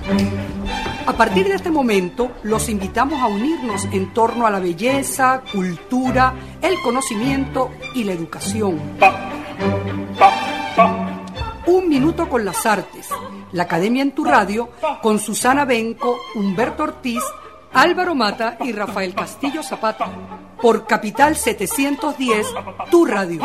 A partir de este momento, los invitamos a unirnos en torno a la belleza, cultura, el conocimiento y la educación. Un minuto con las artes. La Academia en tu Radio, con Susana Benco, Humberto Ortiz, Álvaro Mata y Rafael Castillo Zapata. Por Capital 710, tu radio.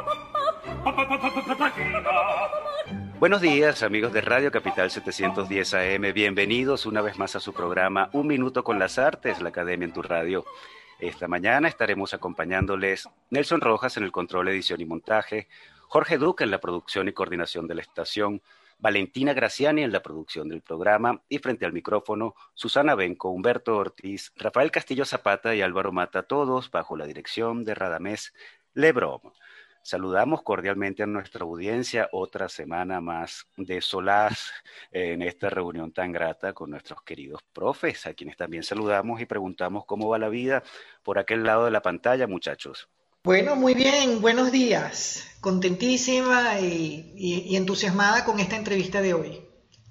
Buenos días, amigos de Radio Capital 710 AM. Bienvenidos una vez más a su programa Un Minuto con las Artes, la Academia en tu Radio. Esta mañana estaremos acompañándoles Nelson Rojas en el control, edición y montaje, Jorge Duque en la producción y coordinación de la estación, Valentina Graciani en la producción del programa y frente al micrófono, Susana Benco, Humberto Ortiz, Rafael Castillo Zapata y Álvaro Mata, todos bajo la dirección de Radamés Lebrón. Saludamos cordialmente a nuestra audiencia, otra semana más de solaz en esta reunión tan grata con nuestros queridos profes, a quienes también saludamos y preguntamos cómo va la vida por aquel lado de la pantalla, muchachos. Bueno, muy bien, buenos días. Contentísima y entusiasmada con esta entrevista de hoy.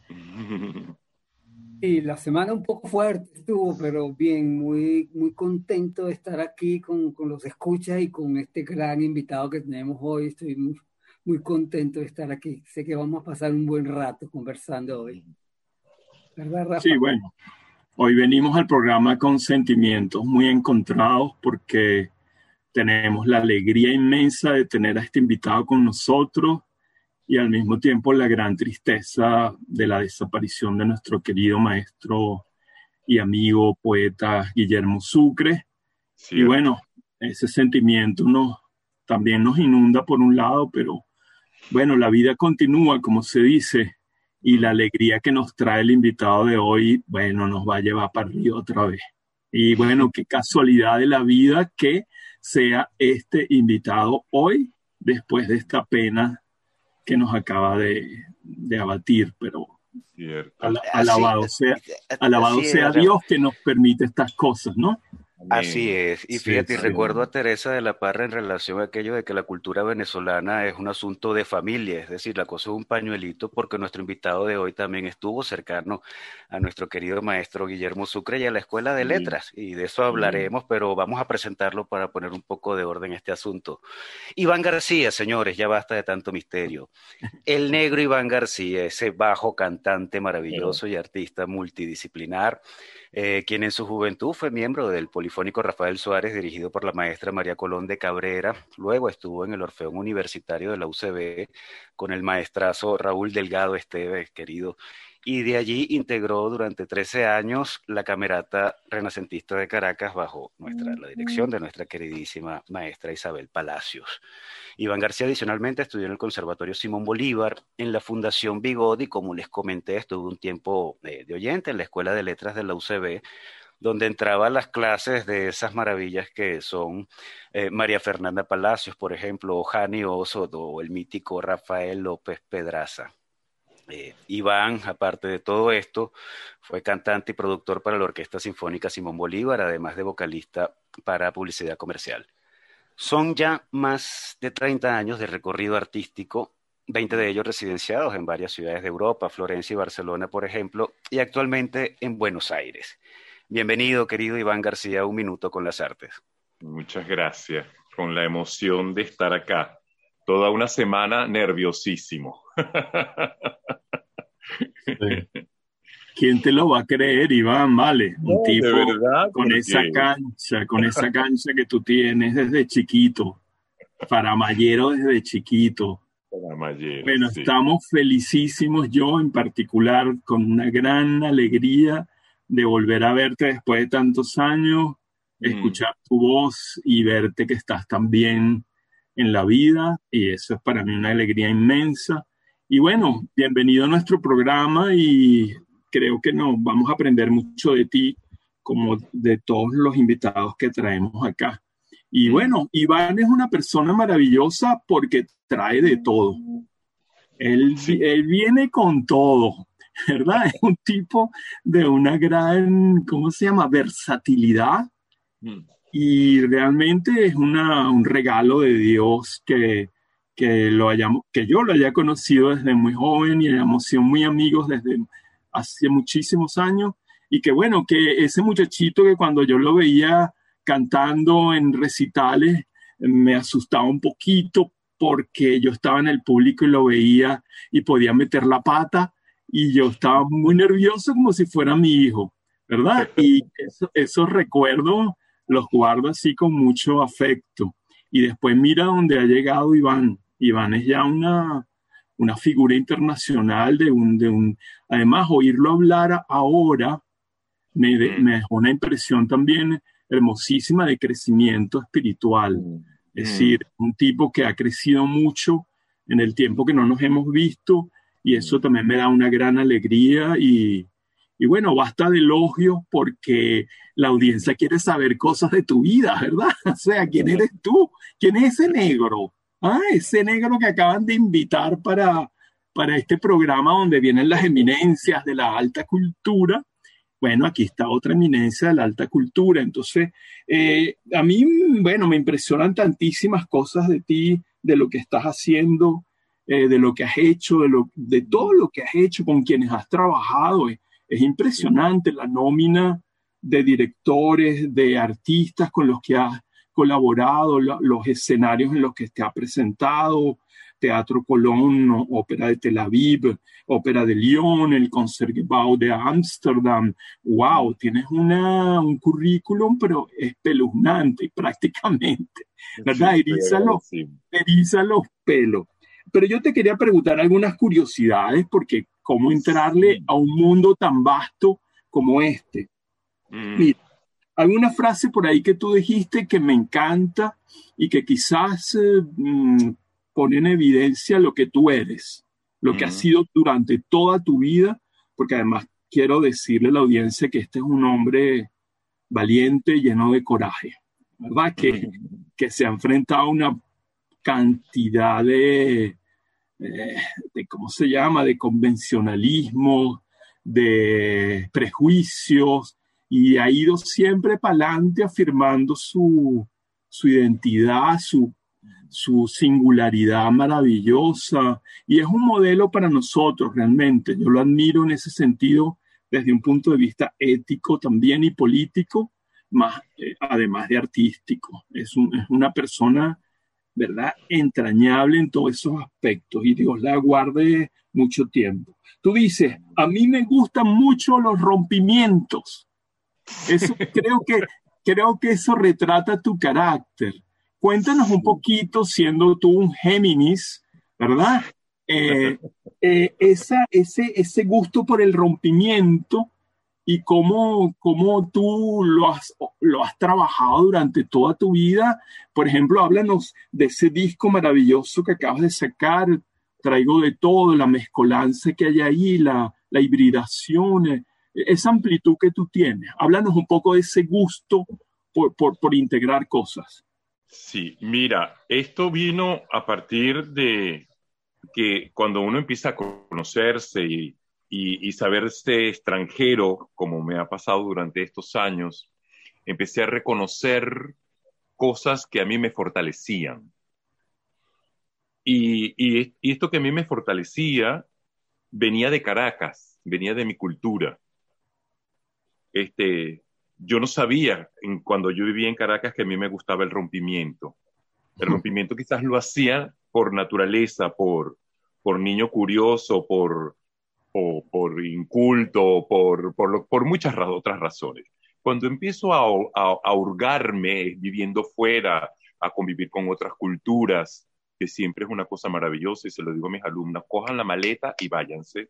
Y la semana un poco fuerte estuvo, pero bien, muy contento de estar aquí con los escuchas y con este gran invitado que tenemos hoy. Estoy muy contento de estar aquí. Sé que vamos a pasar un buen rato conversando hoy. ¿Verdad, Rafa? Sí, bueno, hoy venimos al programa con sentimientos muy encontrados porque tenemos la alegría inmensa de tener a este invitado con nosotros y al mismo tiempo la gran tristeza de la desaparición de nuestro querido maestro y amigo poeta Guillermo Sucre. Sí. Y bueno, ese sentimiento también nos inunda por un lado, pero bueno, la vida continúa, como se dice, y la alegría que nos trae el invitado de hoy, bueno, nos va a llevar para arriba otra vez. Y bueno, qué casualidad de la vida que sea este invitado hoy, después de esta pena que nos acaba de abatir, pero alabado sea Dios que nos permite estas cosas, ¿no? Así es, y fíjate, recuerdo a Teresa de la Parra en relación a aquello de que la cultura venezolana es un asunto de familia, es decir, la cosa es un pañuelito, porque nuestro invitado de hoy también estuvo cercano a nuestro querido maestro Guillermo Sucre y a la Escuela de Letras, y de eso hablaremos, pero vamos a presentarlo para poner un poco de orden en este asunto. Iván García, señores, ya basta de tanto misterio. El negro Iván García, ese bajo cantante maravilloso y artista multidisciplinar, quien en su juventud fue miembro del Polifónico Rafael Suárez, dirigido por la maestra María Colón de Cabrera. Luego estuvo en el Orfeón Universitario de la UCB con el maestrazo Raúl Delgado Esteves, querido. Y de allí integró durante 13 años la Camerata Renacentista de Caracas bajo la dirección de nuestra queridísima maestra Isabel Palacios. Iván García adicionalmente estudió en el Conservatorio Simón Bolívar, en la Fundación Bigodi, como les comenté, estuvo un tiempo de oyente en la Escuela de Letras de la UCB, donde entraba a las clases de esas maravillas que son María Fernanda Palacios, por ejemplo, o Jani Osoto, o el mítico Rafael López Pedraza. Iván, aparte de todo esto, fue cantante y productor para la Orquesta Sinfónica Simón Bolívar, además de vocalista para publicidad comercial. Son ya más de 30 años de recorrido artístico, 20 de ellos residenciados en varias ciudades de Europa, Florencia y Barcelona, por ejemplo, y actualmente en Buenos Aires. Bienvenido, querido Iván García, Un Minuto con las Artes. Muchas gracias, con la emoción de estar acá. Toda una semana nerviosísimo. Sí. ¿Quién te lo va a creer, Iván? Vale, un tipo de verdad, con esa cancha que tú tienes desde chiquito, faramallero desde chiquito. Bueno, sí. Estamos felicísimos, yo en particular, con una gran alegría de volver a verte después de tantos años, escuchar tu voz y verte que estás tan bien en la vida, y eso es para mí una alegría inmensa. Y bueno, bienvenido a nuestro programa y creo que nos vamos a aprender mucho de ti, como de todos los invitados que traemos acá. Y bueno, Iván es una persona maravillosa porque trae de todo. Él viene con todo, ¿verdad? Es un tipo de una gran, ¿cómo se llama? Versatilidad. Y realmente es un regalo de Dios que yo lo haya conocido desde muy joven y hayamos sido muy amigos desde hace muchísimos años, y que bueno, que ese muchachito que cuando yo lo veía cantando en recitales me asustaba un poquito porque yo estaba en el público y lo veía y podía meter la pata y yo estaba muy nervioso como si fuera mi hijo, ¿verdad? Y esos recuerdos los guardo así con mucho afecto. Y después mira dónde ha llegado Iván. Iván es ya una figura internacional además, oírlo hablar ahora me dejó una impresión también hermosísima de crecimiento espiritual. Es decir, un tipo que ha crecido mucho en el tiempo que no nos hemos visto, y eso también me da una gran alegría. Y bueno, basta de elogios porque la audiencia quiere saber cosas de tu vida, ¿verdad? O sea, ¿quién eres tú? ¿Quién es ese negro? Ese negro que acaban de invitar para este programa donde vienen las eminencias de la alta cultura. Bueno, aquí está otra eminencia de la alta cultura. Entonces, a mí, bueno, me impresionan tantísimas cosas de ti, de lo que estás haciendo, de lo que has hecho, de todo lo que has hecho, con quienes has trabajado. Es impresionante la nómina de directores, de artistas con los que has colaborado, los escenarios en los que te ha presentado, Teatro Colón, Ópera de Tel Aviv, Ópera de Lyon, el Concertgebouw de Ámsterdam. ¡Wow! Tienes un currículum, pero espeluznante prácticamente, ¿verdad? Eriza los pelos. Pero yo te quería preguntar algunas curiosidades, porque cómo entrarle a un mundo tan vasto como este. Mira, hay una frase por ahí que tú dijiste que me encanta y que quizás pone en evidencia lo que tú eres, lo que has sido durante toda tu vida, porque además quiero decirle a la audiencia que este es un hombre valiente, lleno de coraje, ¿verdad? Que se ha enfrentado a una cantidad de ¿cómo se llama?, de convencionalismo, de prejuicios, y ha ido siempre para adelante afirmando su identidad, su singularidad maravillosa, y es un modelo para nosotros realmente. Yo lo admiro en ese sentido desde un punto de vista ético también y político, además de artístico. Es una persona, ¿verdad?, entrañable en todos esos aspectos, y Dios la guarde mucho tiempo. Tú dices, a mí me gustan mucho los rompimientos. Eso creo que eso retrata tu carácter. Cuéntanos un poquito, siendo tú un Géminis, ¿verdad? Ese gusto por el rompimiento y cómo tú lo has trabajado durante toda tu vida. Por ejemplo, háblanos de ese disco maravilloso que acabas de sacar, Traigo de Todo, la mezcolanza que hay ahí, la hibridación, esa amplitud que tú tienes. Háblanos un poco de ese gusto por integrar cosas. Sí, mira, esto vino a partir de que cuando uno empieza a conocerse y saberse extranjero, como me ha pasado durante estos años, empecé a reconocer cosas que a mí me fortalecían. Y esto que a mí me fortalecía venía de Caracas, venía de mi cultura. Yo no sabía cuando yo vivía en Caracas que a mí me gustaba el rompimiento. El rompimiento quizás lo hacía por naturaleza, por niño curioso, por inculto, por muchas otras razones. Cuando empiezo a hurgarme viviendo fuera, a convivir con otras culturas, que siempre es una cosa maravillosa, y se lo digo a mis alumnas, cojan la maleta y váyanse.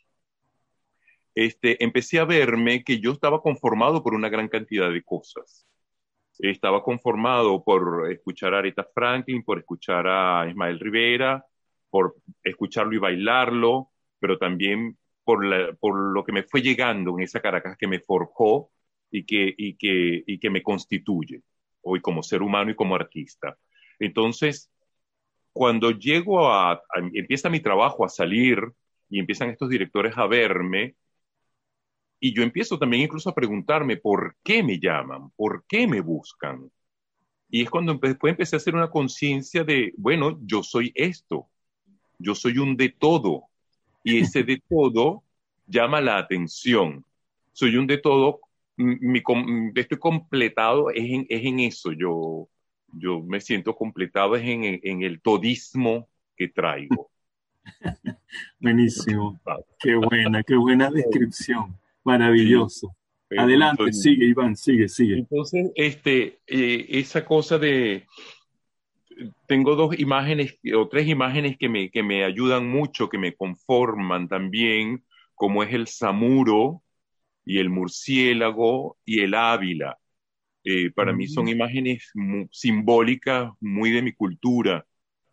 Empecé a verme que yo estaba conformado por una gran cantidad de cosas. Estaba conformado por escuchar a Aretha Franklin, por escuchar a Ismael Rivera, por escucharlo y bailarlo, pero también por lo que me fue llegando en esa Caracas que me forjó y que me constituye hoy como ser humano y como artista. Entonces, cuando empieza mi trabajo a salir y empiezan estos directores a verme, y yo empiezo también incluso a preguntarme por qué me llaman, por qué me buscan. Y es cuando después empecé a hacer una conciencia de, bueno, yo soy esto, yo soy un de todo. Y ese de todo llama la atención. Soy un de todo, estoy completado, es en eso, yo me siento completado, es en el todismo que traigo. Buenísimo, qué buena descripción, maravilloso. Sí. Adelante, sigue Iván, sigue. Entonces, esa cosa de... Tengo 2 imágenes o 3 imágenes que me ayudan mucho, que me conforman también, como es el samuro y el murciélago y el ávila. Para mí son imágenes simbólicas, muy de mi cultura.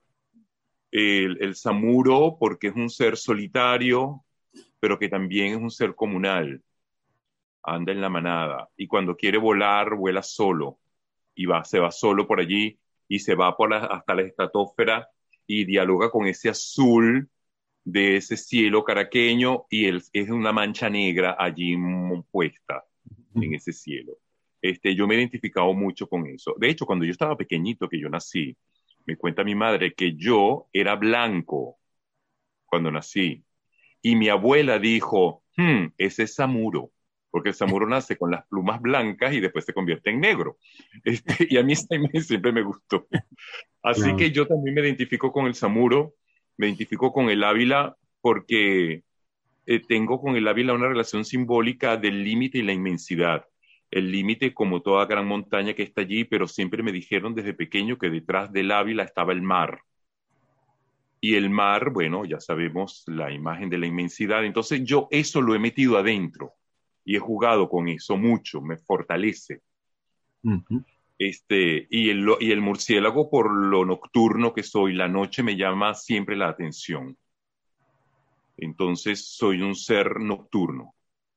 El samuro porque es un ser solitario, pero que también es un ser comunal. Anda en la manada y cuando quiere volar, vuela solo y se va solo por allí y se va hasta la estratosfera y dialoga con ese azul de ese cielo caraqueño y es una mancha negra allí puesta en ese cielo. Yo me he identificado mucho con eso. De hecho, cuando yo estaba pequeñito, que yo nací, me cuenta mi madre que yo era blanco cuando nací. Y mi abuela dijo, ese es samuro, porque el samuro nace con las plumas blancas y después se convierte en negro. Y a mí siempre me gustó. Así que yo también me identifico con el samuro, me identifico con el ávila, porque tengo con el ávila una relación simbólica del límite y la inmensidad. El límite como toda gran montaña que está allí, pero siempre me dijeron desde pequeño que detrás del ávila estaba el mar. Y el mar, bueno, ya sabemos la imagen de la inmensidad. Entonces yo eso lo he metido adentro y he jugado con eso mucho, me fortalece. Uh-huh. Y el murciélago, por lo nocturno que soy, la noche me llama siempre la atención. Entonces soy un ser nocturno.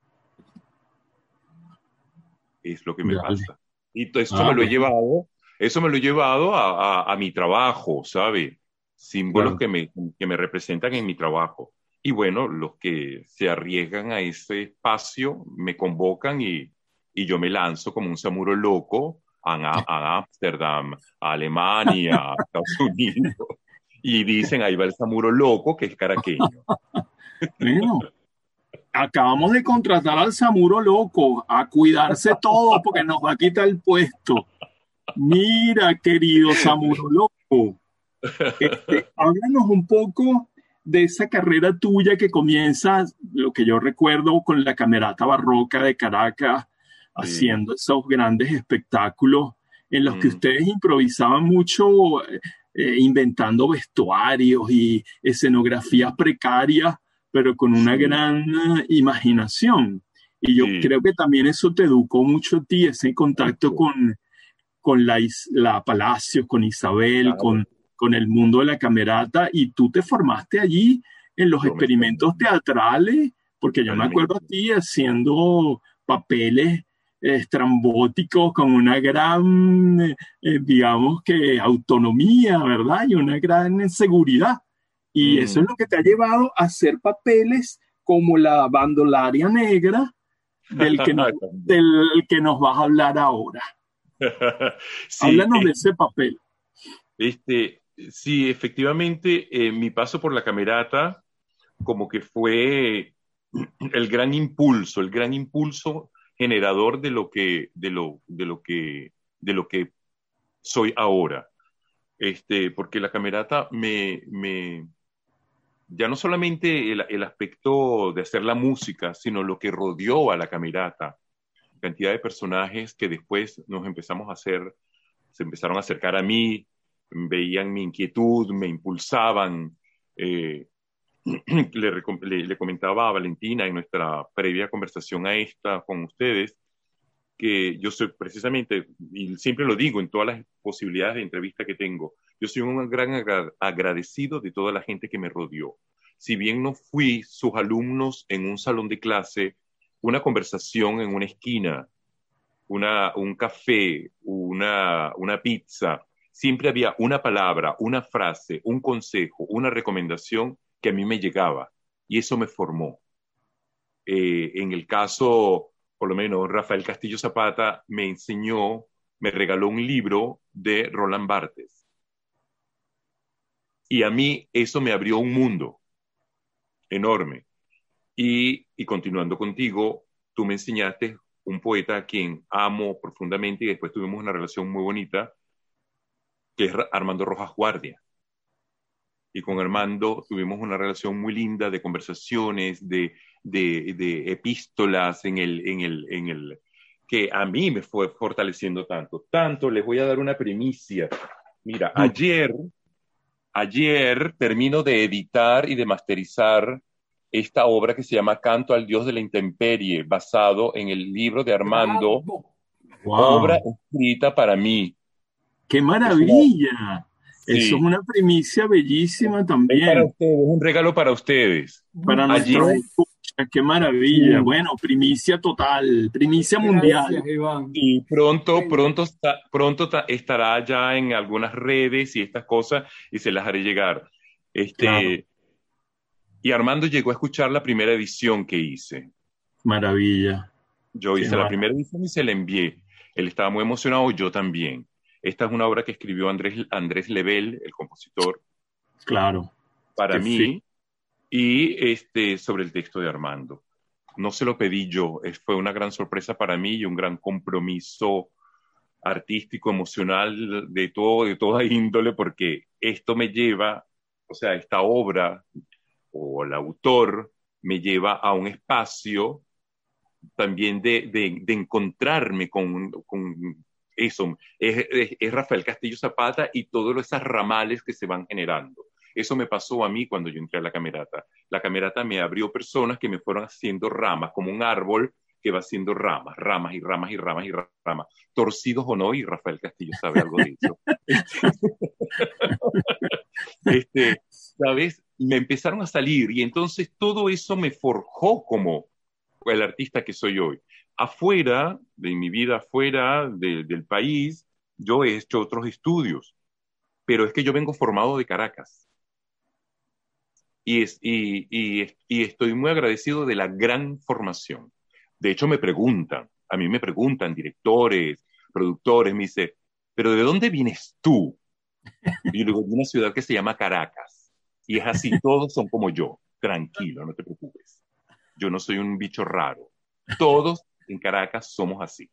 Es lo que me pasa. Y eso me lo he llevado a mi trabajo, ¿sabe? Símbolos que me representan en mi trabajo. Y bueno, los que se arriesgan a ese espacio me convocan y yo me lanzo como un samuro loco a Ámsterdam, a Alemania, a Estados Unidos. Y dicen, ahí va el samuro loco que es caraqueño. Bueno, acabamos de contratar al samuro loco a cuidarse todo porque nos va a quitar el puesto. Mira, querido samuro loco. Háblanos un poco de esa carrera tuya que comienza, lo que yo recuerdo, con la Camerata Barroca de Caracas, haciendo esos grandes espectáculos en los que ustedes improvisaban mucho, inventando vestuarios y escenografías precarias, pero con una gran imaginación. Y yo creo que también eso te educó mucho a ti, ese contacto con la Palacios, con Isabel, con el mundo de la camerata, y tú te formaste allí en los experimentos teatrales, porque yo me acuerdo a ti haciendo papeles estrambóticos con una gran, digamos que autonomía, ¿verdad? Y una gran seguridad. Y eso es lo que te ha llevado a hacer papeles como la bandolaria negra del que nos vas a hablar ahora. Háblanos de ese papel. Sí, efectivamente, mi paso por la camerata como que fue el gran impulso generador de lo que soy ahora. Porque la camerata ya no solamente el aspecto de hacer la música, sino lo que rodeó a la camerata. Cantidad de personajes que después se empezaron a acercar a mí, veían mi inquietud, me impulsaban. Le comentaba a Valentina en nuestra previa conversación a esta con ustedes que yo soy precisamente, y siempre lo digo en todas las posibilidades de entrevista que tengo, yo soy un gran agradecido de toda la gente que me rodeó. Si bien no fui sus alumnos en un salón de clase, una conversación en una esquina, un café, una pizza, siempre había una palabra, una frase, un consejo, una recomendación que a mí me llegaba y eso me formó. En el caso, por lo menos, Rafael Castillo Zapata me regaló un libro de Roland Barthes. Y a mí eso me abrió un mundo enorme. Y continuando contigo, tú me enseñaste un poeta a quien amo profundamente y después tuvimos una relación muy bonita, que es Armando Rojas Guardia. Y con Armando tuvimos una relación muy linda de conversaciones, de epístolas que a mí me fue fortaleciendo tanto. Tanto, les voy a dar una primicia. Mira, ayer termino de editar y de masterizar esta obra que se llama Canto al Dios de la Intemperie, basado en el libro de Armando, obra escrita para mí. ¡Qué maravilla! Sí. Eso es una primicia bellísima también. Es para ustedes, un regalo para ustedes. Para nuestra escucha, qué maravilla. Sí. Bueno, primicia total, primicia mundial. Gracias, Iván. Y pronto estará ya en algunas redes y estas cosas y se las haré llegar. Claro. Y Armando llegó a escuchar la primera edición que hice. Maravilla. Yo hice la primera edición y se la envié. Él estaba muy emocionado, yo también. Esta es una obra que escribió Andrés Lebel, el compositor. Claro. Para mí. Y sobre el texto de Armando. No se lo pedí yo. Fue una gran sorpresa para mí y un gran compromiso artístico, emocional, de toda índole, porque esto me lleva, o sea, esta obra o el autor me lleva a un espacio también de encontrarme con eso. Es Rafael Castillo Zapata y todas esas ramales que se van generando. Eso me pasó a mí cuando yo entré a la Camerata. La Camerata me abrió personas que me fueron haciendo ramas, como un árbol que va haciendo ramas y ramas y ramas y ramas. Torcidos o no, y Rafael Castillo sabe algo de eso. ¿Sabes? Me empezaron a salir y entonces todo eso me forjó como el artista que soy hoy. Afuera de mi vida, afuera del país, yo he hecho otros estudios, pero es que yo vengo formado de Caracas. Y estoy muy agradecido de la gran formación. De hecho, a mí me preguntan directores, productores, me dicen, ¿pero de dónde vienes tú? Y yo digo, de una ciudad que se llama Caracas. Y es así, todos son como yo. Tranquilo, no te preocupes. Yo no soy un bicho raro. Todos en Caracas somos así.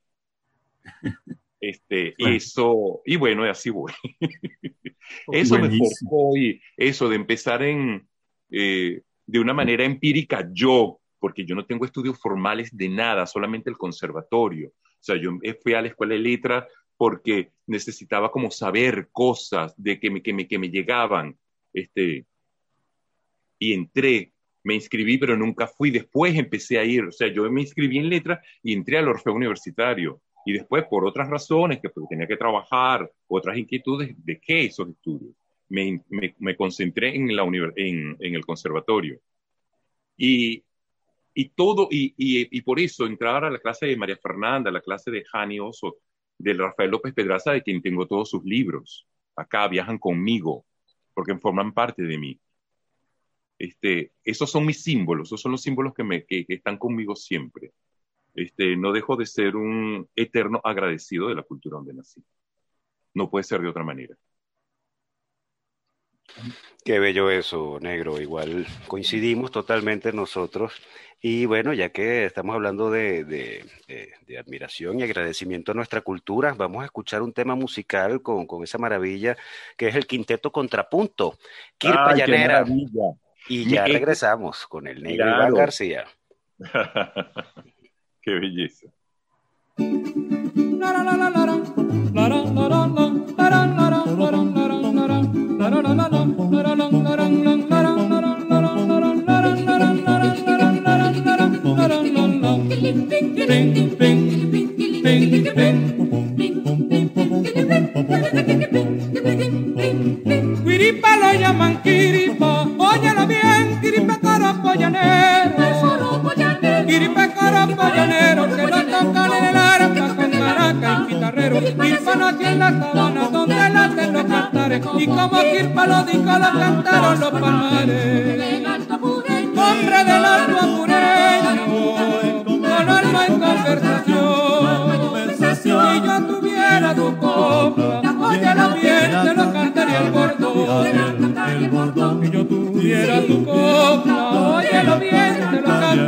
Eso, y bueno, así voy. Eso me forjó y eso de empezar de una manera empírica porque yo no tengo estudios formales de nada, solamente el conservatorio. O sea, yo fui a la escuela de letras porque necesitaba como saber cosas de que me llegaban. Y entré, me inscribí, pero nunca fui. Después empecé a ir. O sea, yo me inscribí en letras y entré al Orfeo Universitario. Y después, por otras razones, que tenía que trabajar, otras inquietudes, dejé esos estudios. Me concentré en el conservatorio. Y por eso entrar a la clase de María Fernanda, a la clase de Jani Oso, de Rafael López Pedraza, de quien tengo todos sus libros. Acá viajan conmigo, porque forman parte de mí. Esos son mis símbolos, esos son los símbolos que están conmigo siempre. No dejo de ser un eterno agradecido de la cultura donde nací. No puede ser de otra manera. Qué bello eso, negro. Igual coincidimos totalmente nosotros. Y bueno, ya que estamos hablando de admiración y agradecimiento a nuestra cultura, vamos a escuchar un tema musical con esa maravilla que es el Quinteto Contrapunto, Quirpa Llanera. Y ya regresamos con el negro Iván García. Qué belleza. Quiripa lo llaman Quiripa, óyelo bien, Quiripa coropo llanero. Quiripa coropo llanero, que lo tocan en el arpa con maraca y guitarrero. Quirpa nació en la sabana donde laten los cantares, y como Quirpa lo dijo lo cantaron los palmares. Hombre del alto apureño, con alma en conversación. Si yo tuviera tu copla, óyelo bien, te lo cantaría el bordón. Si yo tuviera tu copla, óyelo bien, te lo cantaría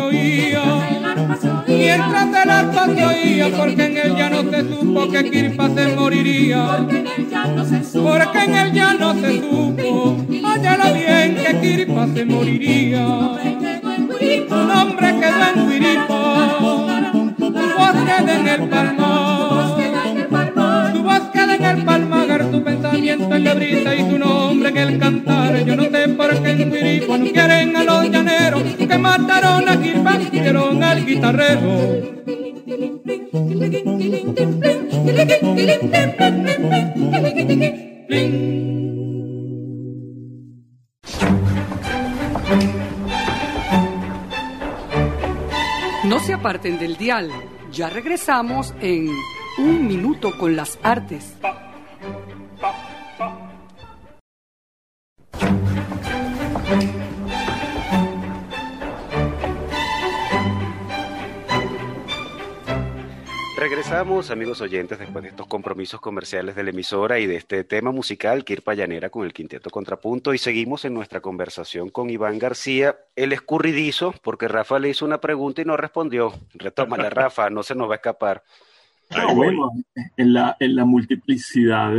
oía, mientras del arpa se oía, porque en él ya no se supo que Kirpa se moriría, porque en él ya no se supo, óyalo bien, que Kirpa se moriría. Un hombre quedó en Guiripo, su voz queda en el palmar, su voz queda en el palmar, su pensamiento en la brisa y su nombre en el cantar. Yo no sé por qué en Guiripo no quieren a los llaneros, que mataron a Kirpa y dieron al guitarrero. No se aparten del dial, ya regresamos en Un Minuto con las Artes. Regresamos, amigos oyentes, después de estos compromisos comerciales de la emisora y de este tema musical, Kirpa Llanera con el Quinteto Contrapunto, y seguimos en nuestra conversación con Iván García, el escurridizo, porque Rafa le hizo una pregunta y no respondió. Retómala, Rafa, no se nos va a escapar. Bueno, en la multiplicidad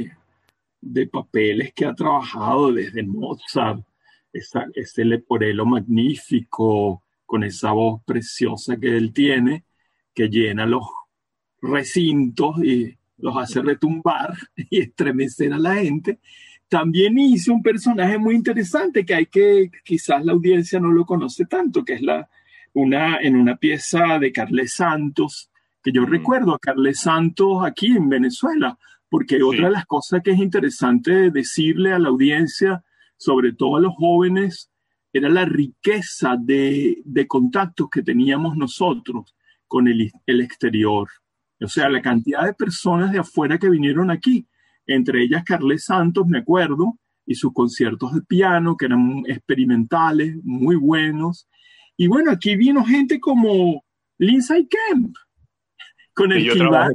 de papeles que ha trabajado desde Mozart, ese leporelo magnífico, con esa voz preciosa que él tiene, que llena los recintos y los hace retumbar y estremecer a la gente. También hizo un personaje muy interesante que quizás la audiencia no lo conoce tanto, que es en una pieza de Carles Santos, que yo recuerdo a Carles Santos aquí en Venezuela, porque otra de las cosas que es interesante decirle a la audiencia, sobre todo a los jóvenes, era la riqueza de contactos que teníamos nosotros con el exterior. O sea, la cantidad de personas de afuera que vinieron aquí, entre ellas Carles Santos, me acuerdo, y sus conciertos de piano, que eran experimentales, muy buenos. Y bueno, aquí vino gente como Lindsay Kemp, con el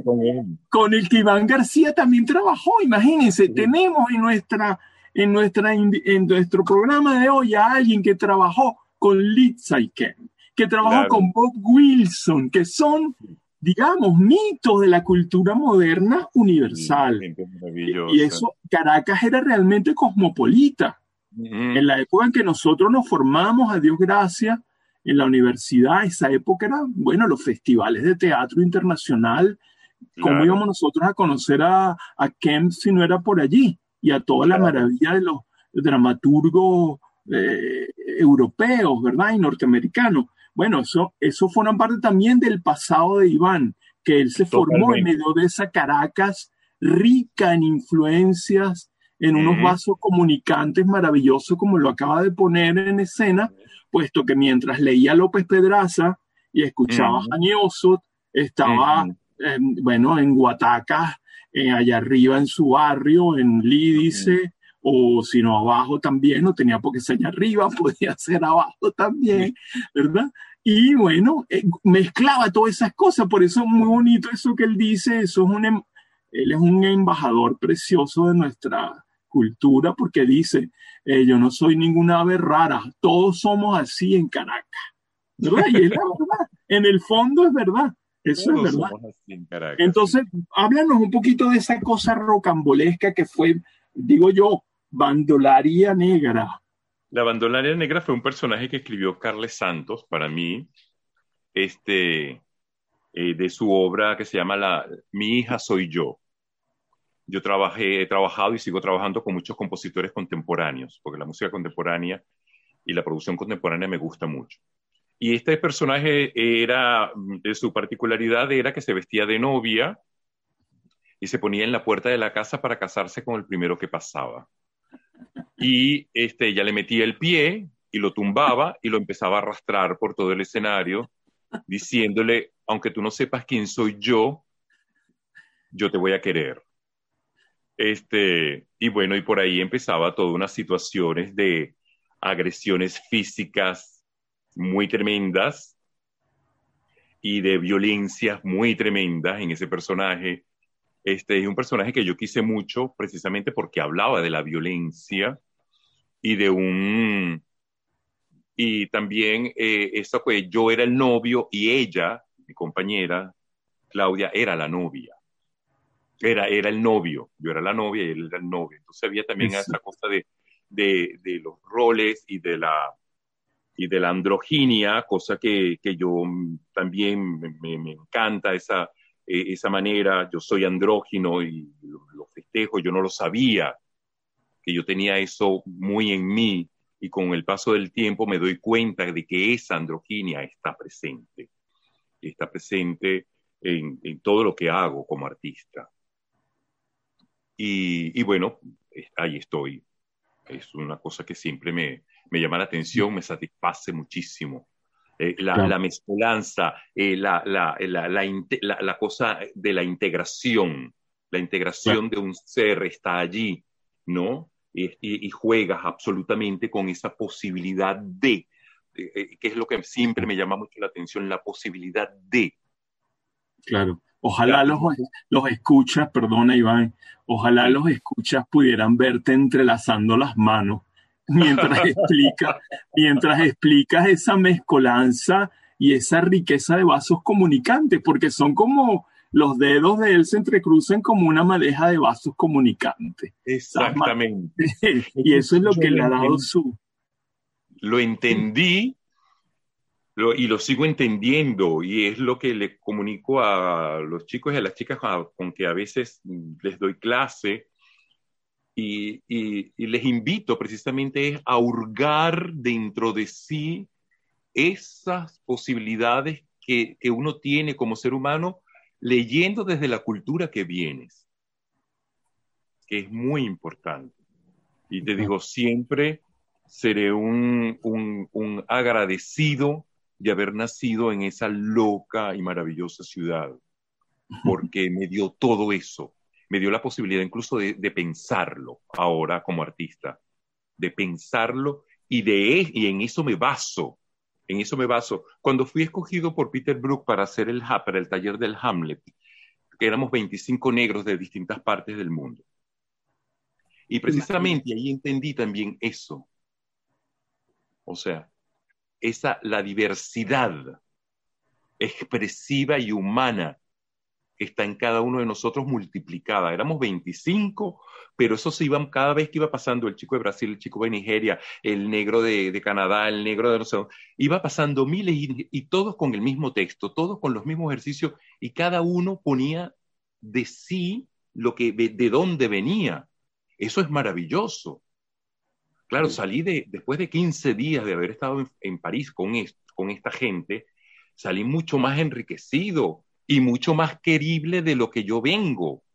que Iván García también trabajó. Imagínense, tenemos en nuestro programa de hoy a alguien que trabajó con Lindsay Kemp, que trabajó con Bob Wilson, que son, digamos, mitos de la cultura moderna universal. Y eso, Caracas era realmente cosmopolita. En la época en que nosotros nos formamos, a Dios gracias, en la universidad, esa época era, bueno, los festivales de teatro internacional. ¿Cómo íbamos nosotros a conocer a Kemp si no era por allí? Y a toda la maravilla de los dramaturgos europeos, ¿verdad? Y norteamericanos. Bueno, eso forma parte también del pasado de Iván, que él se formó en medio de esa Caracas rica en influencias, en unos vasos comunicantes maravillosos, como lo acaba de poner en escena, puesto que mientras leía López Pedraza y escuchaba a Jani Ossoff, estaba, en Guatacas, allá arriba en su barrio, en Lídice, o si no abajo también, no tenía por qué ser allá arriba, podía ser abajo también, ¿verdad? Y bueno, mezclaba todas esas cosas, por eso es muy bonito eso que él dice, él es un embajador precioso de nuestra cultura, porque dice, yo no soy ninguna ave rara, todos somos así en Caracas, ¿verdad? Y es la verdad, en el fondo es verdad. Eso todos es verdad. Entonces, háblanos un poquito de esa cosa rocambolesca que fue, digo yo, Bandolaria Negra. La Bandolaria Negra fue un personaje que escribió Carles Santos para mí, de su obra que se llama Mi hija soy yo. Yo he trabajado y sigo trabajando con muchos compositores contemporáneos, porque la música contemporánea y la producción contemporánea me gusta mucho. Y este personaje su particularidad era que se vestía de novia y se ponía en la puerta de la casa para casarse con el primero que pasaba. Y ella le metía el pie y lo tumbaba y lo empezaba a arrastrar por todo el escenario, diciéndole, aunque tú no sepas quién soy yo te voy a querer. Y bueno, y por ahí empezaba todas unas situaciones de agresiones físicas muy tremendas y de violencias muy tremendas en ese personaje. Es un personaje que yo quise mucho precisamente porque hablaba de la violencia y de Y también eso que yo era el novio y ella, mi compañera, Claudia, era la novia. Era el novio, yo era la novia y él era el novio. Entonces había también esa cosa de los roles y de la androginia, cosa que yo también me encanta esa manera. Yo soy andrógino y lo festejo, yo no lo sabía, que yo tenía eso muy en mí, y con el paso del tiempo me doy cuenta de que esa androginia está presente en todo lo que hago como artista. Y bueno, ahí estoy. Es una cosa que siempre me llama la atención, me satisface muchísimo. La mezcolanza, la cosa de la integración de un ser está allí, ¿no? Y juegas absolutamente con esa posibilidad que es lo que siempre me llama mucho la atención, la posibilidad de. Claro. Ojalá los escuchas, perdona Iván, ojalá los escuchas pudieran verte entrelazando las manos mientras explicas esa mezcolanza y esa riqueza de vasos comunicantes, porque son como los dedos de él se entrecruzan como una madeja de vasos comunicantes. Exactamente. Y eso es lo que le ha dado su... Lo entendí y lo sigo entendiendo, y es lo que le comunico a los chicos y a las chicas con que a veces les doy clase, y les invito precisamente a hurgar dentro de sí esas posibilidades que uno tiene como ser humano, leyendo desde la cultura que vienes, que es muy importante. Y te digo, siempre seré un agradecido de haber nacido en esa loca y maravillosa ciudad, porque me dio todo eso, me dio la posibilidad incluso de pensarlo ahora como artista, de pensarlo, y en eso me baso. Cuando fui escogido por Peter Brook para hacer el taller del Hamlet, que éramos 25 negros de distintas partes del mundo. Y precisamente ahí entendí también eso. O sea, la diversidad expresiva y humana que está en cada uno de nosotros multiplicada. Éramos 25, pero eso se iban cada vez que iba pasando el chico de Brasil, el chico de Nigeria, el negro de Canadá, el negro de no sé, iba pasando miles y todos con el mismo texto, todos con los mismos ejercicios, y cada uno ponía de sí de dónde venía. Eso es maravilloso. Claro, salí después de 15 días de haber estado en París con esta gente, salí mucho más enriquecido y mucho más querible de lo que yo vengo. O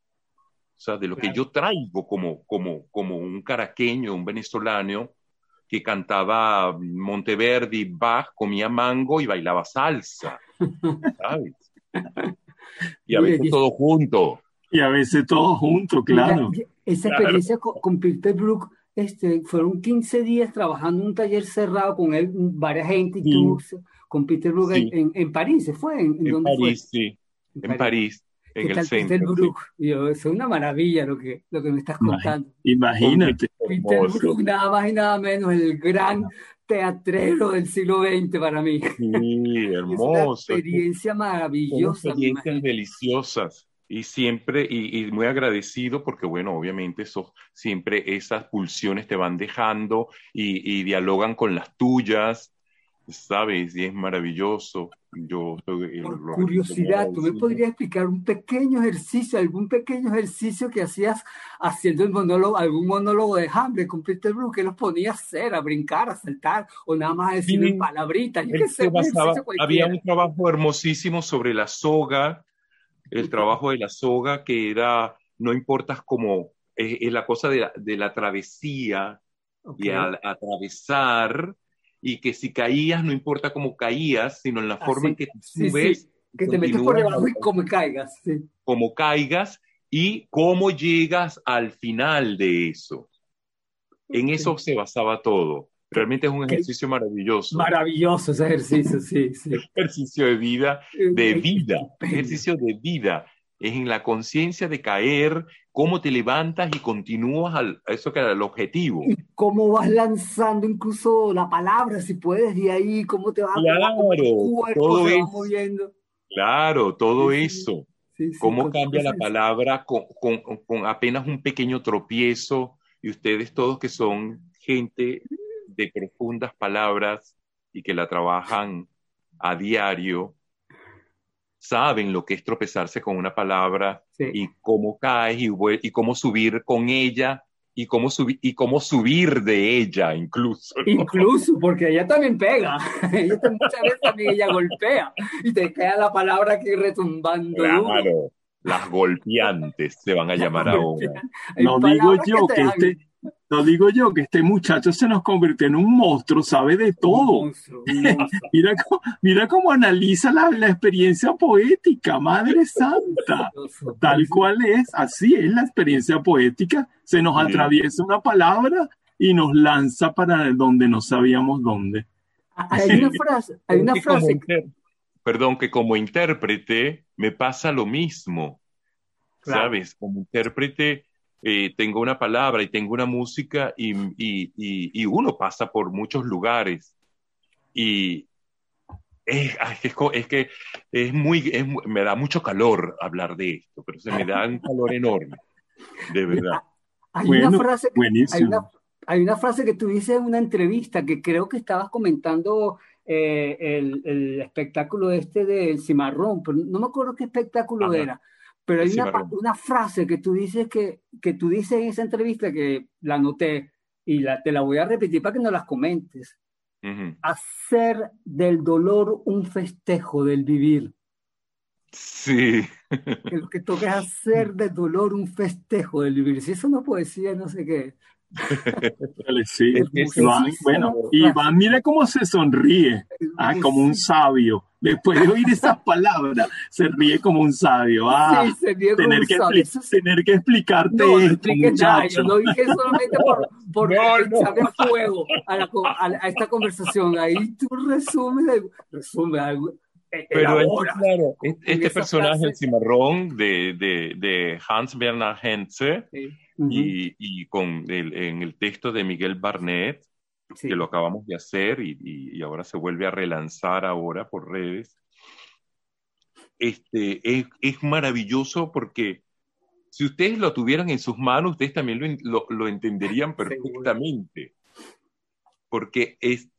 sea, de lo que yo traigo como un caraqueño, un venezolano que cantaba Monteverdi, Bach, comía mango y bailaba salsa. ¿Sabes? Y a veces todo junto. Y a veces todo junto, claro. Esa experiencia con Peter Brook, fueron 15 días trabajando en un taller cerrado con él, varias gente, y tú con Peter Brook en París, ¿se fue? ¿En dónde París, fue? Sí, en París, en el centro. Peter Brook, es una maravilla lo que me estás contando. Imagínate. Peter Brook, nada más y nada menos, el gran teatrero del siglo XX para mí. Sí, hermoso. Es una experiencia maravillosa. Son experiencias deliciosas. Y siempre, y muy agradecido porque, bueno, obviamente siempre esas pulsiones te van dejando y dialogan con las tuyas, ¿sabes? Y es maravilloso. Por curiosidad, ¿tú me podrías explicar algún pequeño ejercicio que hacías haciendo algún monólogo de Hamlet con Peter Brook? ¿Qué los ponías a hacer? ¿A brincar, a saltar? ¿O nada más a decir palabritas? Había un trabajo hermosísimo sobre la soga. El trabajo de la soga, que era, no importas cómo, es la cosa de la travesía, y al atravesar, y que si caías, no importa cómo caías, sino en la forma en que te subes. Que te metes por debajo y cómo caigas. Sí. Cómo caigas y cómo llegas al final de eso. En eso se basaba todo. Realmente es un ejercicio maravilloso. Maravilloso ese ejercicio, sí. Ejercicio de vida, ejercicio de vida. es en la conciencia de caer, cómo te levantas y continúas a eso que era el objetivo. Y cómo vas lanzando incluso la palabra, si puedes, de ahí, cómo te vas Claro, tu cuerpo todo se va eso. moviendo. Claro, todo Sí, eso. sí, Cómo con cambia la ese- palabra con apenas un pequeño tropiezo, y ustedes todos que son gente de profundas palabras y que la trabajan a diario, saben lo que es tropezarse con una palabra Sí. y cómo caes y cómo subir con ella y cómo subir de ella incluso, ¿no? Incluso, porque ella también pega. Muchas veces también ella golpea y te queda la palabra aquí retumbando duro. Claro, las golpeantes se van a llamar ahora. Hay No digo palabras yo te que dan no digo yo que este muchacho se nos convirtió en un monstruo, sabe de un todo. monstruo, un monstruo. Mira cómo analiza la experiencia poética, Madre Santa. Tal cual es, así es la experiencia poética. Se nos Sí. atraviesa una palabra y nos lanza para donde no sabíamos dónde. Hay Sí. una frase, Perdón, que como intérprete me pasa lo mismo, Claro. ¿sabes? Como intérprete tengo una palabra y tengo una música y uno pasa por muchos lugares y es que me da mucho calor hablar de esto, pero se me da un calor enorme, de verdad. Hay Bueno, una frase, buenísimo. hay una frase que tú dices en una entrevista que creo que estabas comentando el espectáculo este del Cimarrón, pero no me acuerdo qué espectáculo Ajá. era. Pero El hay Cimarrón. una frase que tú dices que tú dices en esa entrevista que la anoté y te la voy a repetir para que nos las comentes. Ujú. Hacer del dolor un festejo del vivir. Sí. Que lo que toca es hacer del dolor un festejo del vivir. Si eso no es poesía, no sé qué. Dale, sí. Es que eso- Iván, bueno, Iván, mira cómo se sonríe, como un sabio. Después de oír esas palabras, se ríe como un sabio. Sí, se ríe como un sabio. Eso sí. Tener que explicarte No esto, expliques nada, muchacho. yo lo dije solamente por No. echarle fuego a esta conversación. Ahí tú resume algo. Pero elaboras claro, con este esa personaje, frase. el Cimarrón de Hans Bernhard Henze, Sí. Ujú. y en el texto de Miguel Barnett, Sí. que lo acabamos de hacer y ahora se vuelve a relanzar ahora por redes, es maravilloso porque si ustedes lo tuvieran en sus manos, ustedes también lo entenderían perfectamente. Porque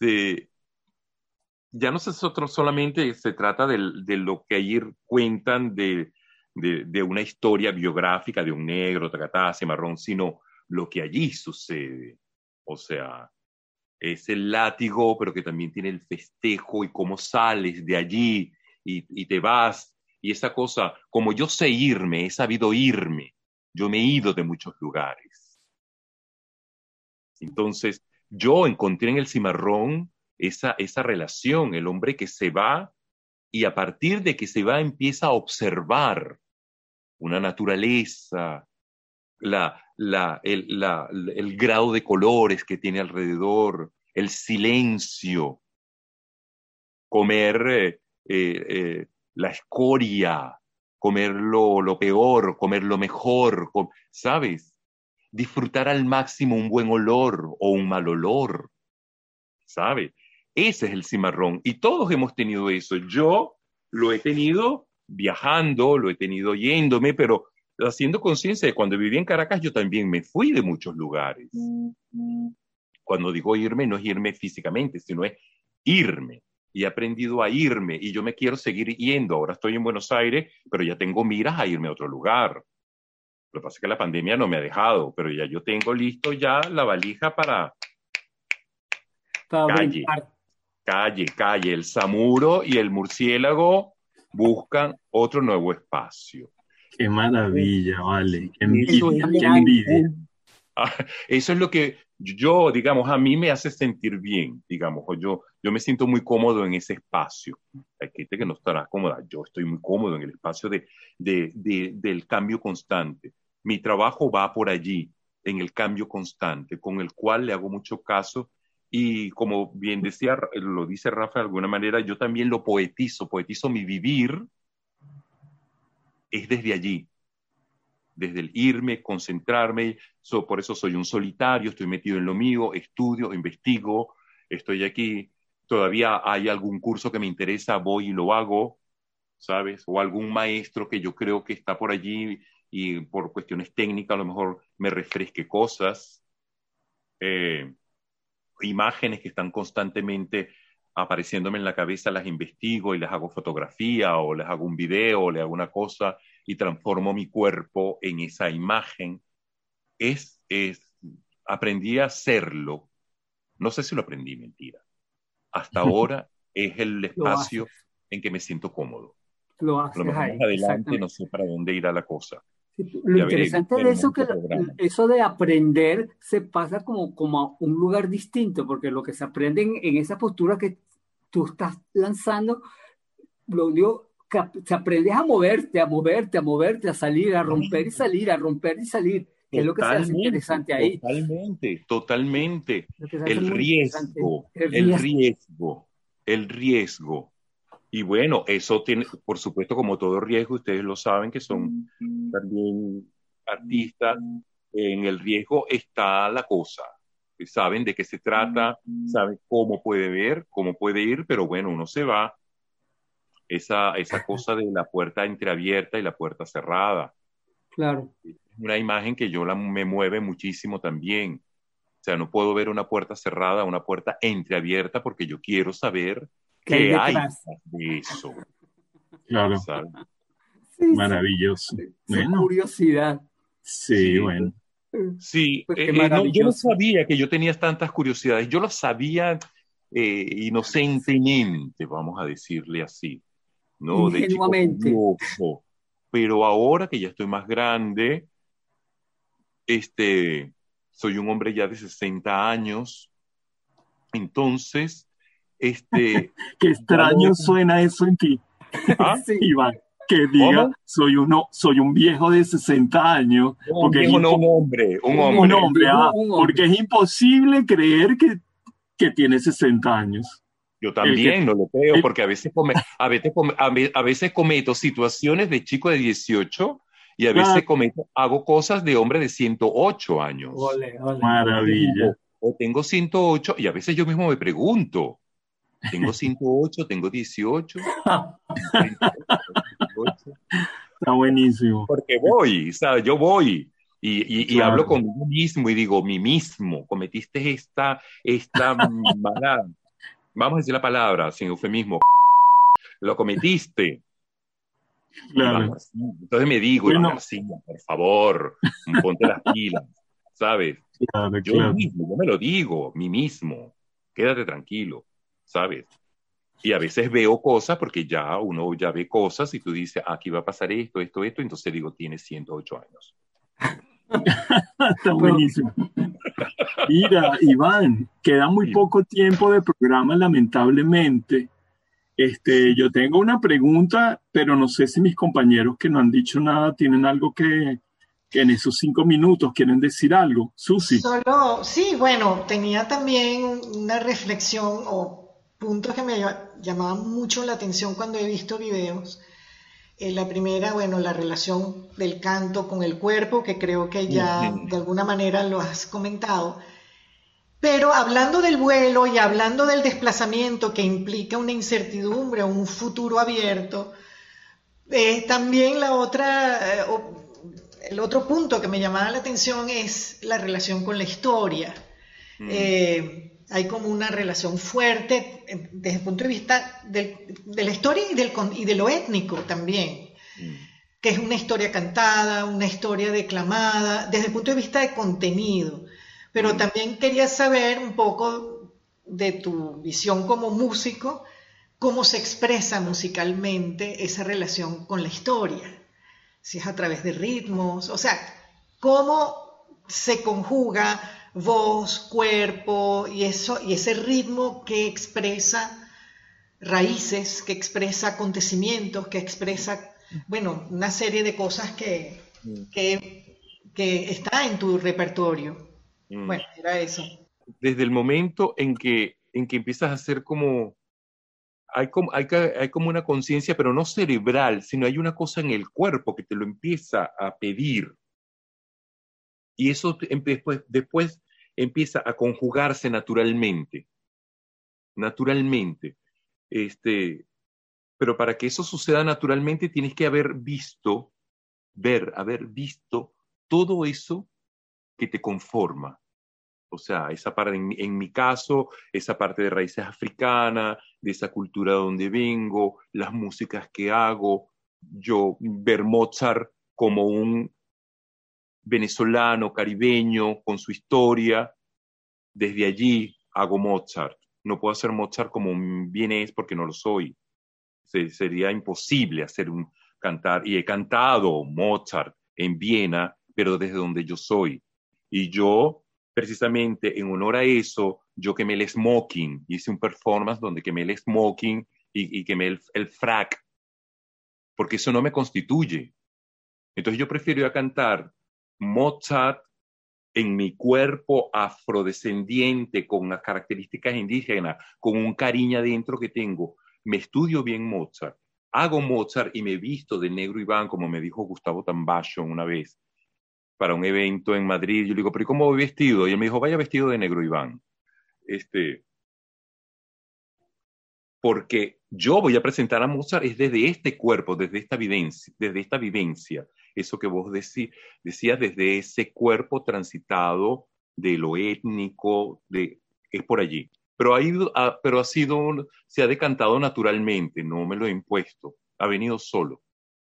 ya no solamente se trata de lo que ayer cuentan de una historia biográfica de un negro, Cimarrón, sino lo que allí sucede. O sea, es el látigo, pero que también tiene el festejo y cómo sales de allí y te vas. Y esa cosa, como yo sé irme, he sabido irme, yo me he ido de muchos lugares. Entonces, yo encontré en el Cimarrón esa relación, el hombre que se va y a partir de que se va empieza a observar una naturaleza, el grado de colores que tiene alrededor, el silencio, comer la escoria, comer lo peor, comer lo mejor, ¿sabes? Disfrutar al máximo un buen olor o un mal olor, ¿sabes? Ese es el Cimarrón y todos hemos tenido eso. Yo lo he tenido viajando, lo he tenido yéndome, pero haciendo conciencia de cuando viví en Caracas yo también me fui de muchos lugares. Cuando digo irme, no es irme físicamente, sino es irme. Y he aprendido a irme y yo me quiero seguir yendo. Ahora estoy en Buenos Aires, pero ya tengo miras a irme a otro lugar. Lo que pasa es que la pandemia no me ha dejado, pero ya yo tengo listo ya la valija para calle. El samuro y el murciélago buscan otro nuevo espacio. Qué maravilla, vale. Qué Eso envidia. Eso es lo que yo, digamos, a mí me hace sentir bien, digamos, yo me siento muy cómodo en ese espacio. Hay gente que no estará cómoda, yo estoy muy cómodo en el espacio del cambio constante. Mi trabajo va por allí, en el cambio constante, con el cual le hago mucho caso y como bien decía, lo dice Rafa de alguna manera, yo también lo poetizo mi vivir es desde allí, desde el irme, concentrarme. Por eso soy un solitario, estoy metido en lo mío, estudio, investigo, estoy aquí. Todavía hay algún curso que me interesa, voy y lo hago, ¿sabes? O algún maestro que yo creo que está por allí y por cuestiones técnicas a lo mejor me refresque cosas. Imágenes que están constantemente apareciéndome en la cabeza, las investigo y les hago fotografía o les hago un video o le hago una cosa y transformo mi cuerpo en esa imagen. Aprendí a hacerlo. No sé si lo aprendí, mentira. Hasta ahora es el espacio en que me siento cómodo. Lo haces lo mejor ahí, más adelante no sé para dónde irá la cosa. Sí, lo interesante de eso es que eso de aprender se pasa como a un lugar distinto, porque lo que se aprende en esa postura que tú estás lanzando, lo único que se aprende es a moverte, a salir, a romper y salir, a romper y salir, que es lo que se hace interesante ahí. Totalmente. El riesgo. Y bueno, eso tiene, por supuesto, como todo riesgo, ustedes lo saben, que son también artistas, en el riesgo está la cosa. Saben de qué se trata, saben cómo puede ir, pero bueno, uno se va. Esa cosa de la puerta entreabierta y la puerta cerrada. Claro. Es una imagen que me mueve muchísimo también. O sea, no puedo ver una puerta cerrada, una puerta entreabierta, porque yo quiero saber ¿qué hay de eso? Claro. Sí, maravilloso. Bueno. Curiosidad. Sí, bueno. Sí, yo no sabía que yo tenía tantas curiosidades. Yo lo sabía inocentemente, vamos a decirle así, ¿no? De chico curioso. Pero ahora que ya estoy más grande, soy un hombre ya de 60 años, entonces, Qué extraño suena eso en ti. ¿Ah? Sí. Iván, que diga, soy un viejo de 60 años. Un hombre. Porque es imposible creer que tiene 60 años. Yo también no lo creo, porque a veces cometo situaciones de chico de 18 y a veces hago cosas de hombre de 108 años. Ole. Maravilla. O tengo 108 y a veces yo mismo me pregunto, ¿tengo 108? ¿Tengo 18? Está buenísimo. Porque yo voy y hablo conmigo mismo y digo, mí mismo, cometiste esta mala, vamos a decir la palabra sin eufemismo, lo cometiste. Claro. Entonces me digo, García, por favor, ponte las pilas, ¿sabes? Claro. Yo me lo digo, mí mismo, quédate tranquilo, ¿sabes? Y a veces veo cosas, porque uno ya ve cosas y tú dices, aquí va a pasar esto, entonces digo, tienes 108 años. Está buenísimo. Mira, Iván, queda muy poco tiempo de programa, lamentablemente. Yo tengo una pregunta, pero no sé si mis compañeros que no han dicho nada tienen algo que en esos 5 minutos quieren decir algo. Susi. Sí, bueno, tenía también una reflexión o puntos que me llamaban mucho la atención cuando he visto videos. La primera, bueno, la relación del canto con el cuerpo, que creo que ya de alguna manera lo has comentado. Pero hablando del vuelo y hablando del desplazamiento que implica una incertidumbre, un futuro abierto, también el otro punto que me llamaba la atención es la relación con la historia. Hay como una relación fuerte desde el punto de vista de la historia y de lo étnico también, que es una historia cantada, una historia declamada, desde el punto de vista de contenido. Pero también quería saber un poco de tu visión como músico, cómo se expresa musicalmente esa relación con la historia, si es a través de ritmos, o sea, cómo se conjuga voz, cuerpo y ese ritmo que expresa raíces, que expresa acontecimientos, que expresa, bueno, una serie de cosas que está en tu repertorio. Bueno, era eso. Desde el momento en que empiezas a hacer como hay como una conciencia, pero no cerebral, sino hay una cosa en el cuerpo que te lo empieza a pedir. Y eso después empieza a conjugarse naturalmente. Naturalmente. Pero para que eso suceda naturalmente tienes que haber visto todo eso que te conforma. O sea, esa parte, en mi caso, esa parte de raíces africanas, de esa cultura donde vengo, las músicas que hago, yo ver Mozart como un venezolano, caribeño, con su historia, desde allí hago Mozart. No puedo hacer Mozart como un vienés porque no lo soy. Sería imposible cantar, y he cantado Mozart en Viena, pero desde donde yo soy. Y yo, precisamente en honor a eso, yo quemé el smoking, hice un performance donde quemé el smoking y quemé el frac, porque eso no me constituye. Entonces yo prefiero ir a cantar Mozart en mi cuerpo afrodescendiente, con las características indígenas, con un cariño adentro que tengo. Me estudio bien Mozart, hago Mozart y me visto de negro Iván, como me dijo Gustavo Tambacho una vez, para un evento en Madrid. Yo le digo, ¿pero cómo voy vestido? Y él me dijo, vaya vestido de negro Iván. Porque yo voy a presentar a Mozart es desde este cuerpo, desde esta vivencia. Eso que vos decías, desde ese cuerpo transitado de lo étnico, es por allí. Pero se ha decantado naturalmente, no me lo he impuesto, ha venido solo.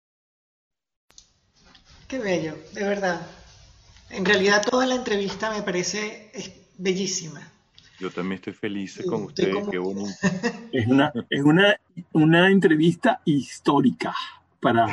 Qué bello, de verdad. En realidad toda la entrevista me parece bellísima. Yo también estoy feliz con ustedes, qué bonito. Es una entrevista histórica para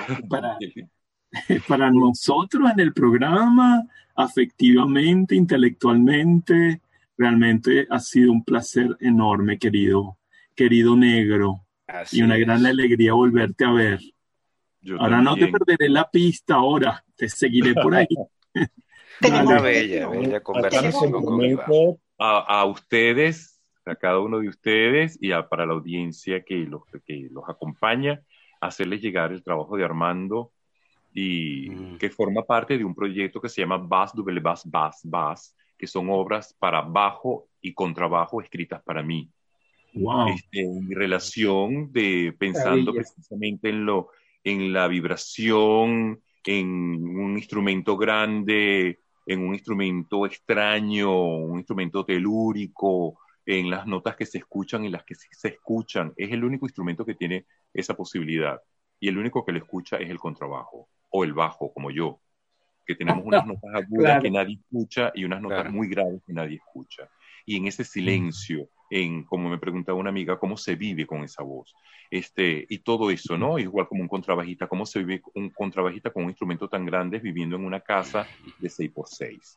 nosotros en el programa, afectivamente, intelectualmente. Realmente ha sido un placer enorme, querido negro. Así y una gran alegría volverte a ver. Ahora no te perderé la pista, ahora te seguiré por ahí. Una bella conversación con Iván. A ustedes, a cada uno de ustedes y para la audiencia que los acompaña, hacerles llegar el trabajo de Armando y que forma parte de un proyecto que se llama Bass, Double Bass, Bass, Bass, que son obras para bajo y contrabajo escritas para mí. Wow. Mi relación pensando precisamente en la vibración, en un instrumento grande, en un instrumento extraño, un instrumento telúrico, en las notas que se escuchan y las que sí se escuchan. Es el único instrumento que tiene esa posibilidad. Y el único que lo escucha es el contrabajo o el bajo, como yo, que tenemos unas notas agudas que nadie escucha y unas notas muy graves que nadie escucha. Y en ese silencio, como me preguntaba una amiga, ¿cómo se vive con esa voz? Y todo eso, ¿no? Igual como un contrabajista, ¿cómo se vive un contrabajista con un instrumento tan grande viviendo en una casa de 6x6?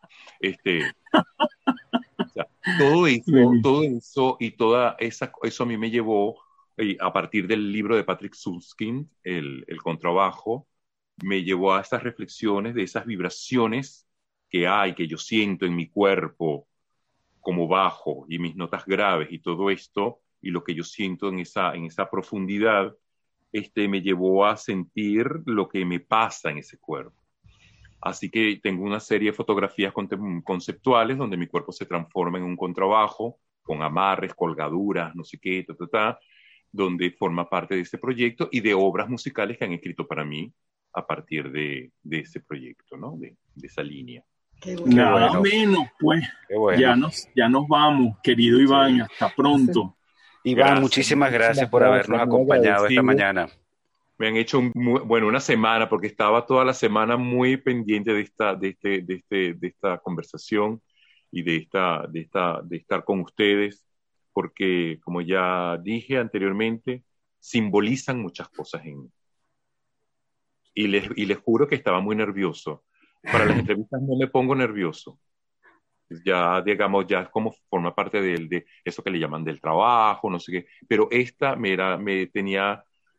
O sea, todo eso y eso a mí me llevó, a partir del libro de Patrick Süskind, el contrabajo, me llevó a estas reflexiones de esas vibraciones que yo siento en mi cuerpo como bajo y mis notas graves y todo esto, y lo que yo siento en esa profundidad, me llevó a sentir lo que me pasa en ese cuerpo. Así que tengo una serie de fotografías conceptuales donde mi cuerpo se transforma en un contrabajo, con amarres, colgaduras, no sé qué, donde forma parte de ese proyecto y de obras musicales que han escrito para mí a partir de ese proyecto, ¿no? De esa línea. Nada menos, pues. Ya nos vamos, querido Iván. Hasta pronto. Iván, muchísimas gracias por habernos acompañado esta mañana. Me han hecho una semana, porque estaba toda la semana muy pendiente de esta conversación y de estar con ustedes, porque, como ya dije anteriormente, simbolizan muchas cosas en mí. Y les juro que estaba muy nervioso. Para las entrevistas no me pongo nervioso. Ya, digamos, ya como forma parte de eso que le llaman del trabajo, no sé qué. Pero esta me tenía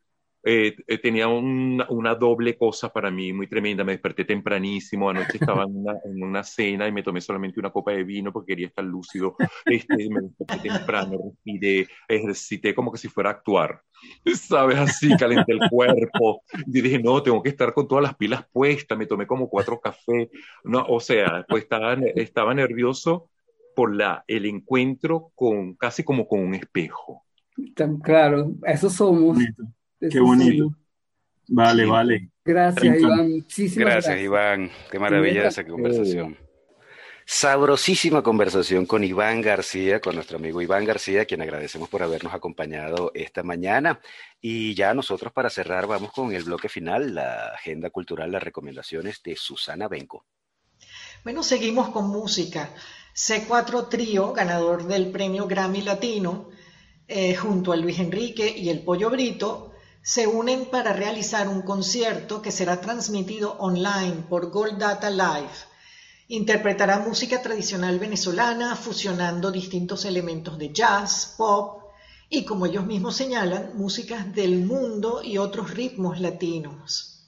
tenía una doble cosa para mí muy tremenda. Me desperté tempranísimo, anoche estaba en una cena y me tomé solamente una copa de vino porque quería estar lúcido. Me desperté temprano, respiré, ejercité como que si fuera a actuar, ¿sabes? Así, calenté el cuerpo y dije, no, tengo que estar con todas las pilas puestas. Me tomé como 4 cafés, no, o sea, pues estaba nervioso por el encuentro casi como con un espejo. Claro, eso somos. Qué bonito. Vale, vale. Gracias, Iván. Muchísimas gracias, Iván. Qué maravilla esa conversación. Sabrosísima conversación con Iván García, con nuestro amigo Iván García, a quien agradecemos por habernos acompañado esta mañana. Y ya nosotros, para cerrar, vamos con el bloque final, la agenda cultural, las recomendaciones de Susana Benco. Bueno, seguimos con música. C4 Trío, ganador del premio Grammy Latino, junto a Luis Enrique y el Pollo Brito, se unen para realizar un concierto que será transmitido online por Gold Data Live. Interpretará música tradicional venezolana, fusionando distintos elementos de jazz, pop y, como ellos mismos señalan, músicas del mundo y otros ritmos latinos.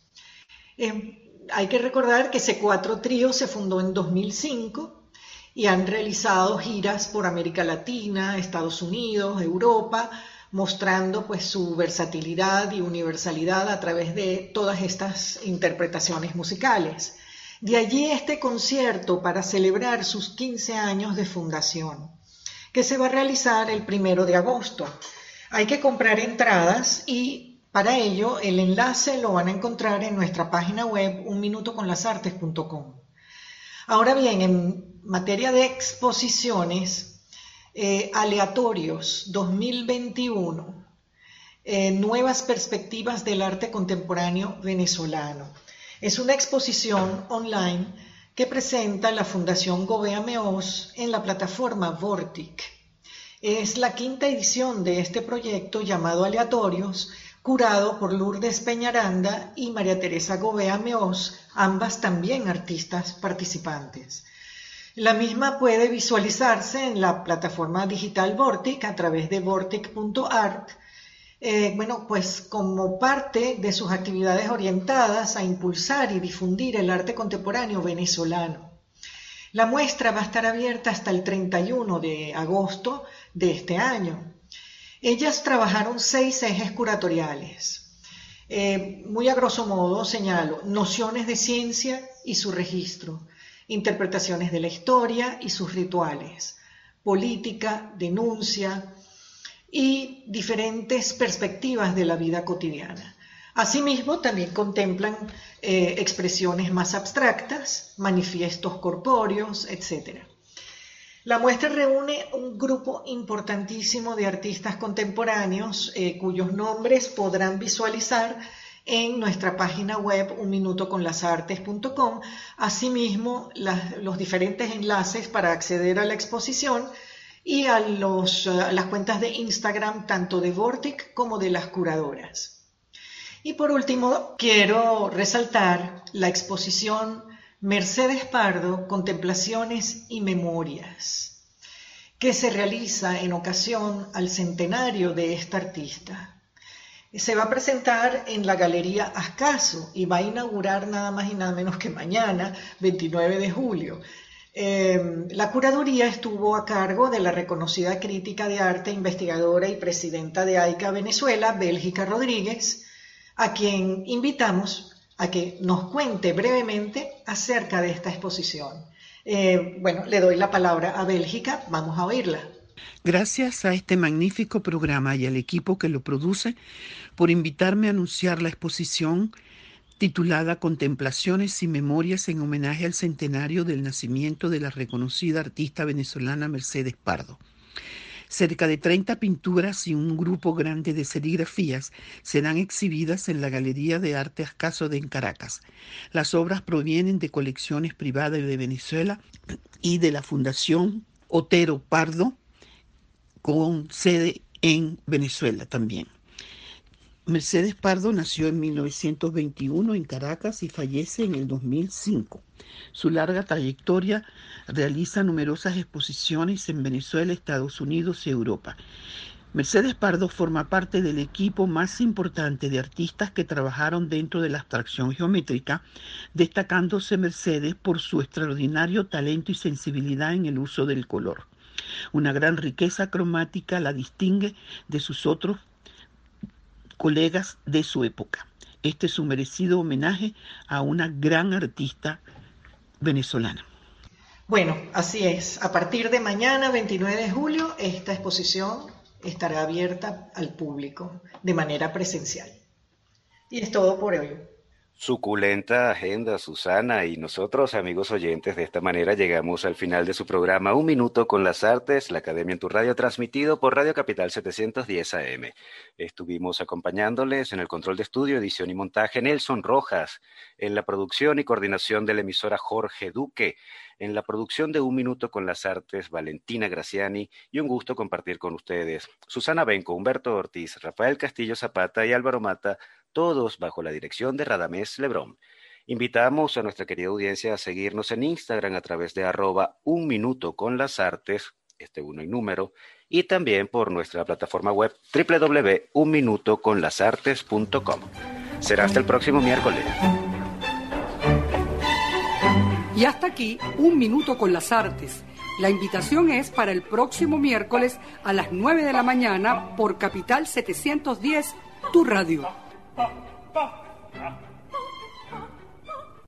Hay que recordar que C4 Trío se fundó en 2005 y han realizado giras por América Latina, Estados Unidos, Europa, mostrando pues su versatilidad y universalidad a través de todas estas interpretaciones musicales. De allí este concierto para celebrar sus 15 años de fundación, que se va a realizar el 1 de agosto. Hay que comprar entradas y para ello el enlace lo van a encontrar en nuestra página web unminutoconlasartes.com. Ahora bien, en materia de exposiciones, Aleatorios 2021, nuevas perspectivas del arte contemporáneo venezolano. Es una exposición online que presenta la Fundación Gobea Meos en la plataforma Vortic. Es la 5ª edición de este proyecto llamado Aleatorios, curado por Lourdes Peñaranda y María Teresa Gobea Meos, ambas también artistas participantes. La misma puede visualizarse en la plataforma digital Vortic a través de vortic.art, pues como parte de sus actividades orientadas a impulsar y difundir el arte contemporáneo venezolano. La muestra va a estar abierta hasta el 31 de agosto de este año. Ellas trabajaron 6 ejes curatoriales. Muy a grosso modo señalo: nociones de ciencia y su registro, interpretaciones de la historia y sus rituales, política, denuncia y diferentes perspectivas de la vida cotidiana. Asimismo, también contemplan expresiones más abstractas, manifiestos corpóreos, etc. La muestra reúne un grupo importantísimo de artistas contemporáneos cuyos nombres podrán visualizar en nuestra página web unminutoconlasartes.com, asimismo los diferentes enlaces para acceder a la exposición y a las cuentas de Instagram tanto de Vortic como de las curadoras. Y por último, quiero resaltar la exposición Mercedes Pardo, Contemplaciones y Memorias, que se realiza en ocasión al centenario de esta artista. Se va a presentar en la Galería Ascaso y va a inaugurar nada más y nada menos que mañana, 29 de julio. La curaduría estuvo a cargo de la reconocida crítica de arte, investigadora y presidenta de AICA Venezuela, Bélgica Rodríguez, a quien invitamos a que nos cuente brevemente acerca de esta exposición. Le doy la palabra a Bélgica, vamos a oírla. Gracias a este magnífico programa y al equipo que lo produce por invitarme a anunciar la exposición titulada Contemplaciones y Memorias en homenaje al centenario del nacimiento de la reconocida artista venezolana Mercedes Pardo. Cerca de 30 pinturas y un grupo grande de serigrafías serán exhibidas en la Galería de Arte Ascaso en Caracas. Las obras provienen de colecciones privadas de Venezuela y de la Fundación Otero Pardo, con sede en Venezuela también. Mercedes Pardo nació en 1921 en Caracas y fallece en el 2005. Su larga trayectoria realiza numerosas exposiciones en Venezuela, Estados Unidos y Europa. Mercedes Pardo forma parte del equipo más importante de artistas que trabajaron dentro de la abstracción geométrica, destacándose Mercedes por su extraordinario talento y sensibilidad en el uso del color. Una gran riqueza cromática la distingue de sus otros colegas de su época. Este es un merecido homenaje a una gran artista venezolana. Bueno, así es. A partir de mañana, 29 de julio, esta exposición estará abierta al público de manera presencial. Y es todo por hoy. Suculenta agenda, Susana, y nosotros, amigos oyentes, de esta manera llegamos al final de su programa Un Minuto con las Artes, la Academia en tu Radio, transmitido por Radio Capital 710 AM. Estuvimos acompañándoles en el control de estudio, edición y montaje Nelson Rojas, en la producción y coordinación de la emisora Jorge Duque, en la producción de Un Minuto con las Artes, Valentina Graciani, y un gusto compartir con ustedes Susana Benco, Humberto Ortiz, Rafael Castillo Zapata y Álvaro Mata, todos bajo la dirección de Radamés Lebrón. Invitamos a nuestra querida audiencia a seguirnos en Instagram a través de @unminutoconlasartes, uno en número, y también por nuestra plataforma web www.unminutoconlasartes.com. Será hasta el próximo miércoles. Y hasta aquí, Un Minuto con las Artes. La invitación es para el próximo miércoles a las 9 de la mañana por Capital 710, tu radio.